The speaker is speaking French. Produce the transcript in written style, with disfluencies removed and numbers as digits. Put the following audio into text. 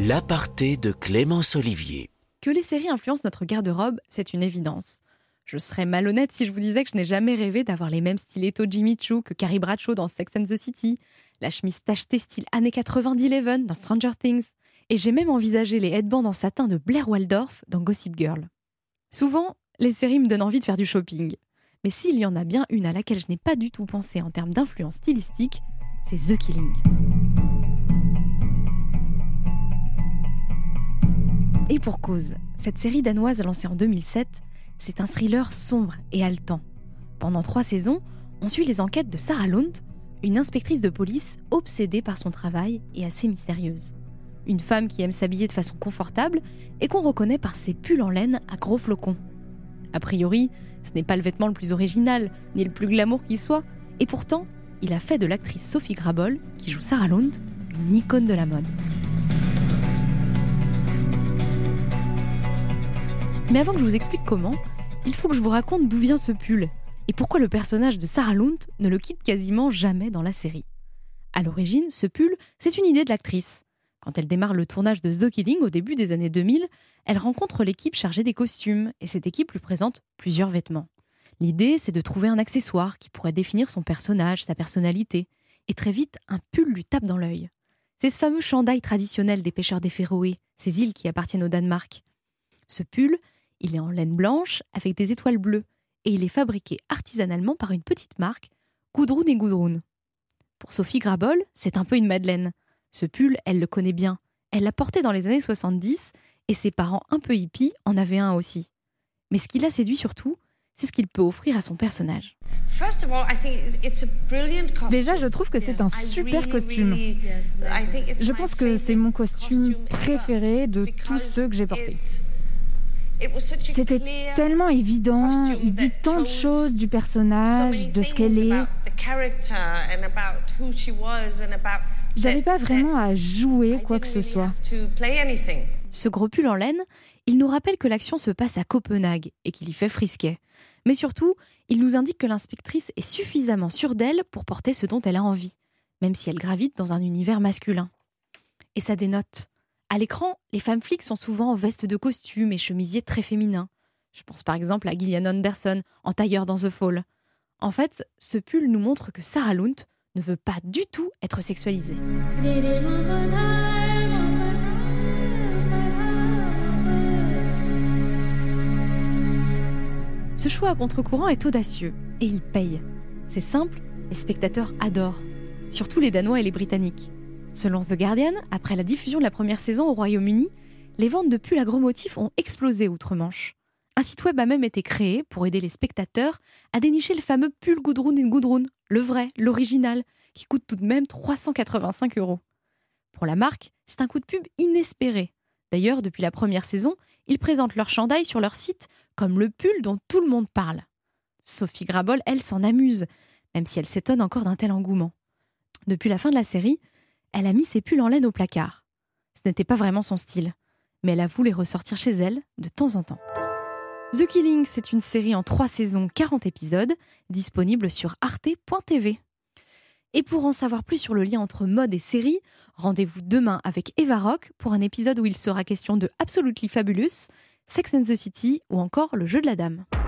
L'aparté de Clémence Olivier. Que les séries influencent notre garde-robe, c'est une évidence. Je serais malhonnête si je vous disais que je n'ai jamais rêvé d'avoir les mêmes stilettos Jimmy Choo que Carrie Bradshaw dans Sex and the City, la chemise tachetée style années 90-11 dans Stranger Things, et j'ai même envisagé les headbands en satin de Blair Waldorf dans Gossip Girl. Souvent, les séries me donnent envie de faire du shopping. Mais s'il y en a bien une à laquelle je n'ai pas du tout pensé en termes d'influence stylistique, c'est The Killing. Et pour cause, cette série danoise lancée en 2007, c'est un thriller sombre et haletant. Pendant 3 saisons, on suit les enquêtes de Sarah Lund, une inspectrice de police obsédée par son travail et assez mystérieuse. Une femme qui aime s'habiller de façon confortable et qu'on reconnaît par ses pulls en laine à gros flocons. A priori, ce n'est pas le vêtement le plus original, ni le plus glamour qui soit, et pourtant, il a fait de l'actrice Sophie Grabol, qui joue Sarah Lund, une icône de la mode. Mais avant que je vous explique comment, il faut que je vous raconte d'où vient ce pull et pourquoi le personnage de Sarah Lund ne le quitte quasiment jamais dans la série. À l'origine, ce pull, c'est une idée de l'actrice. Quand elle démarre le tournage de The Killing au début des années 2000, elle rencontre l'équipe chargée des costumes et cette équipe lui présente plusieurs vêtements. L'idée, c'est de trouver un accessoire qui pourrait définir son personnage, sa personnalité. Et très vite, un pull lui tape dans l'œil. C'est ce fameux chandail traditionnel des pêcheurs des Féroé, ces îles qui appartiennent au Danemark. Ce pull, il est en laine blanche avec des étoiles bleues et il est fabriqué artisanalement par une petite marque, Gudrun & Gudrun. Pour Sophie Grabol, c'est un peu une madeleine. Ce pull, elle le connaît bien. Elle l'a porté dans les années 70 et ses parents un peu hippies en avaient un aussi. Mais ce qui l'a séduit surtout, c'est ce qu'il peut offrir à son personnage. Déjà, je trouve que c'est un super costume. Je pense que c'est mon costume préféré de tous ceux que j'ai portés. C'était tellement évident, il dit tant de choses du personnage, de ce qu'elle est. J'avais pas vraiment à jouer quoi que ce soit. Ce gros pull en laine, il nous rappelle que l'action se passe à Copenhague et qu'il y fait frisquet. Mais surtout, il nous indique que l'inspectrice est suffisamment sûre d'elle pour porter ce dont elle a envie, même si elle gravite dans un univers masculin. Et ça dénote. À l'écran, les femmes flics sont souvent en veste de costume et chemisiers très féminins. Je pense par exemple à Gillian Anderson, en tailleur dans The Fall. En fait, ce pull nous montre que Sarah Lund ne veut pas du tout être sexualisée. Ce choix à contre-courant est audacieux et il paye. C'est simple, les spectateurs adorent. Surtout les Danois et les Britanniques. Selon The Guardian, après la diffusion de la première saison au Royaume-Uni, les ventes de pulls à gros motifs ont explosé outre-Manche. Un site web a même été créé pour aider les spectateurs à dénicher le fameux pull Gudrun & Gudrun, le vrai, l'original, qui coûte tout de même 385 €. Pour la marque, c'est un coup de pub inespéré. D'ailleurs, depuis la première saison, ils présentent leur chandail sur leur site comme le pull dont tout le monde parle. Sophie Grabol, elle, s'en amuse, même si elle s'étonne encore d'un tel engouement. Depuis la fin de la série, elle a mis ses pulls en laine au placard. Ce n'était pas vraiment son style, mais elle avoue les ressortir chez elle de temps en temps. The Killing, c'est une série en 3 saisons, 40 épisodes, disponible sur arte.tv. Et pour en savoir plus sur le lien entre mode et série, rendez-vous demain avec Eva Rock pour un épisode où il sera question de Absolutely Fabulous, Sex and the City ou encore Le jeu de la dame.